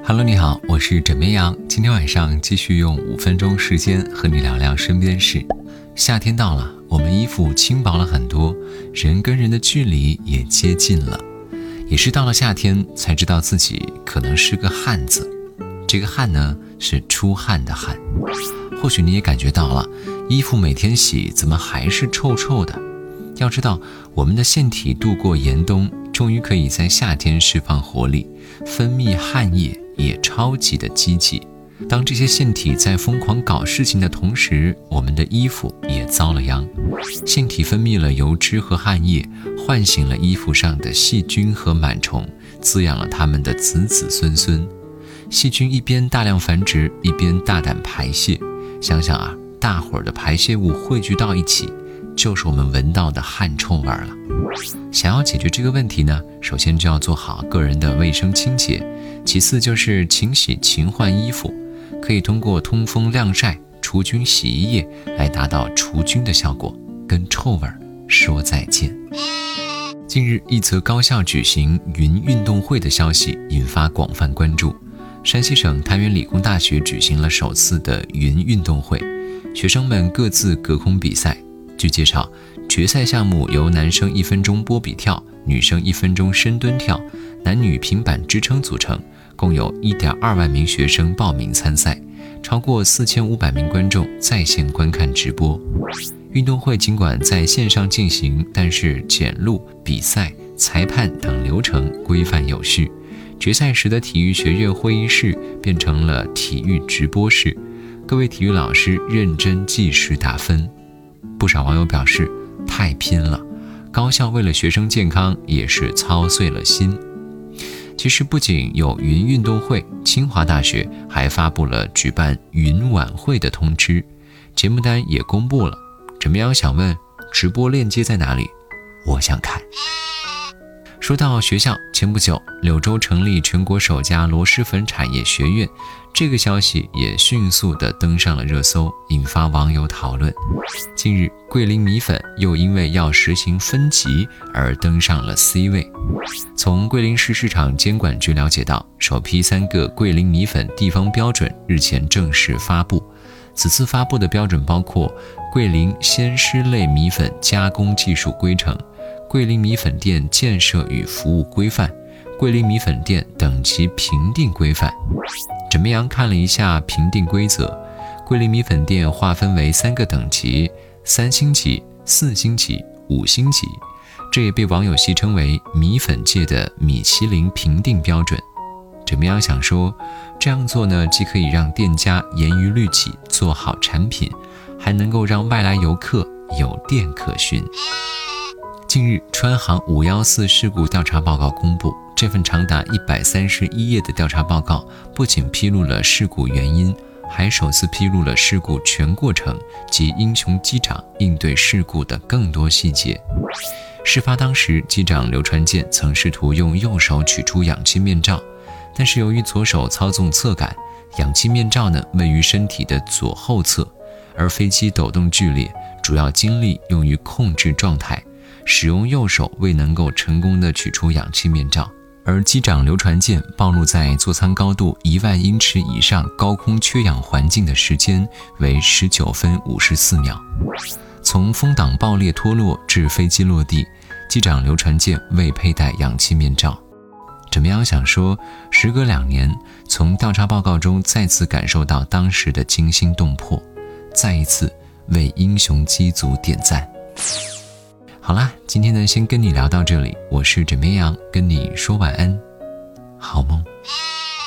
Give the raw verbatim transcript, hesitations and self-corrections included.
Hello， 你好，我是枕边羊。今天晚上继续用五分钟时间和你聊聊身边事。夏天到了，我们衣服轻薄了很多，人跟人的距离也接近了。也是到了夏天，才知道自己可能是个汉子。这个汗呢，是出汗的汗。或许你也感觉到了，衣服每天洗，怎么还是臭臭的？要知道，我们的腺体度过严冬，终于可以在夏天释放活力，分泌汗液也超级的积极。当这些腺体在疯狂搞事情的同时，我们的衣服也遭了殃。腺体分泌了油脂和汗液，唤醒了衣服上的细菌和螨虫，滋养了它们的子子孙孙。细菌一边大量繁殖，一边大胆排泄。想想啊，大伙儿的排泄物汇聚到一起，就是我们闻到的汗臭味了。想要解决这个问题呢，首先就要做好个人的卫生清洁，其次就是勤洗勤换衣服，可以通过通风晾晒、除菌洗衣液来达到除菌的效果，跟臭味说再见。近日，一则高校举行云运动会的消息引发广泛关注。山西省太原理工大学举行了首次的云运动会，学生们各自隔空比赛。据介绍，决赛项目由男生一分钟波比跳、女生一分钟深蹲跳、男女平板支撑组成，共有 一点二万名学生报名参赛，超过四千五百名观众在线观看直播。运动会尽管在线上进行，但是检录、比赛、裁判等流程规范有序。决赛时的体育学院会议室变成了体育直播室，各位体育老师认真计时打分。不少网友表示，太拼了，高校为了学生健康也是操碎了心。其实不仅有云运动会，清华大学还发布了举办云晚会的通知，节目单也公布了。怎么样？想问直播链接在哪里？我想看。说到学校，前不久柳州成立全国首家螺蛳粉产业学院，这个消息也迅速地登上了热搜，引发网友讨论。近日，桂林米粉又因为要实行分级而登上了 C 位。从桂林市市场监管局了解到，首批三个桂林米粉地方标准日前正式发布。此次发布的标准包括桂林鲜湿类米粉加工技术规程、桂林米粉店建设与服务规范、桂林米粉店等级评定规范。枕边羊看了一下评定规则，桂林米粉店划分为三个等级：三星级、四星级、五星级，这也被网友戏称为米粉界的米其林评定标准。枕边羊想说，这样做呢，既可以让店家严于律己，做好产品，还能够让外来游客有店可寻。近日，川航五一四事故调查报告公布，这份长达一百三十一页的调查报告不仅披露了事故原因，还首次披露了事故全过程及英雄机长应对事故的更多细节。事发当时，机长刘传健曾试图用右手取出氧气面罩，但是由于左手操纵侧杆，氧气面罩呢位于身体的左后侧，而飞机抖动剧烈，主要精力用于控制状态，使用右手未能够成功的取出氧气面罩，而机长刘传健暴露在座舱高度一万英尺以上高空缺氧环境的时间为十九分五十四秒。从风挡爆裂脱落至飞机落地，机长刘传健未佩戴氧气面罩。枕边羊想说，时隔两年，从调查报告中再次感受到当时的惊心动魄，再一次为英雄机组点赞。好啦，今天呢先跟你聊到这里，我是枕边羊，跟你说晚安，好梦。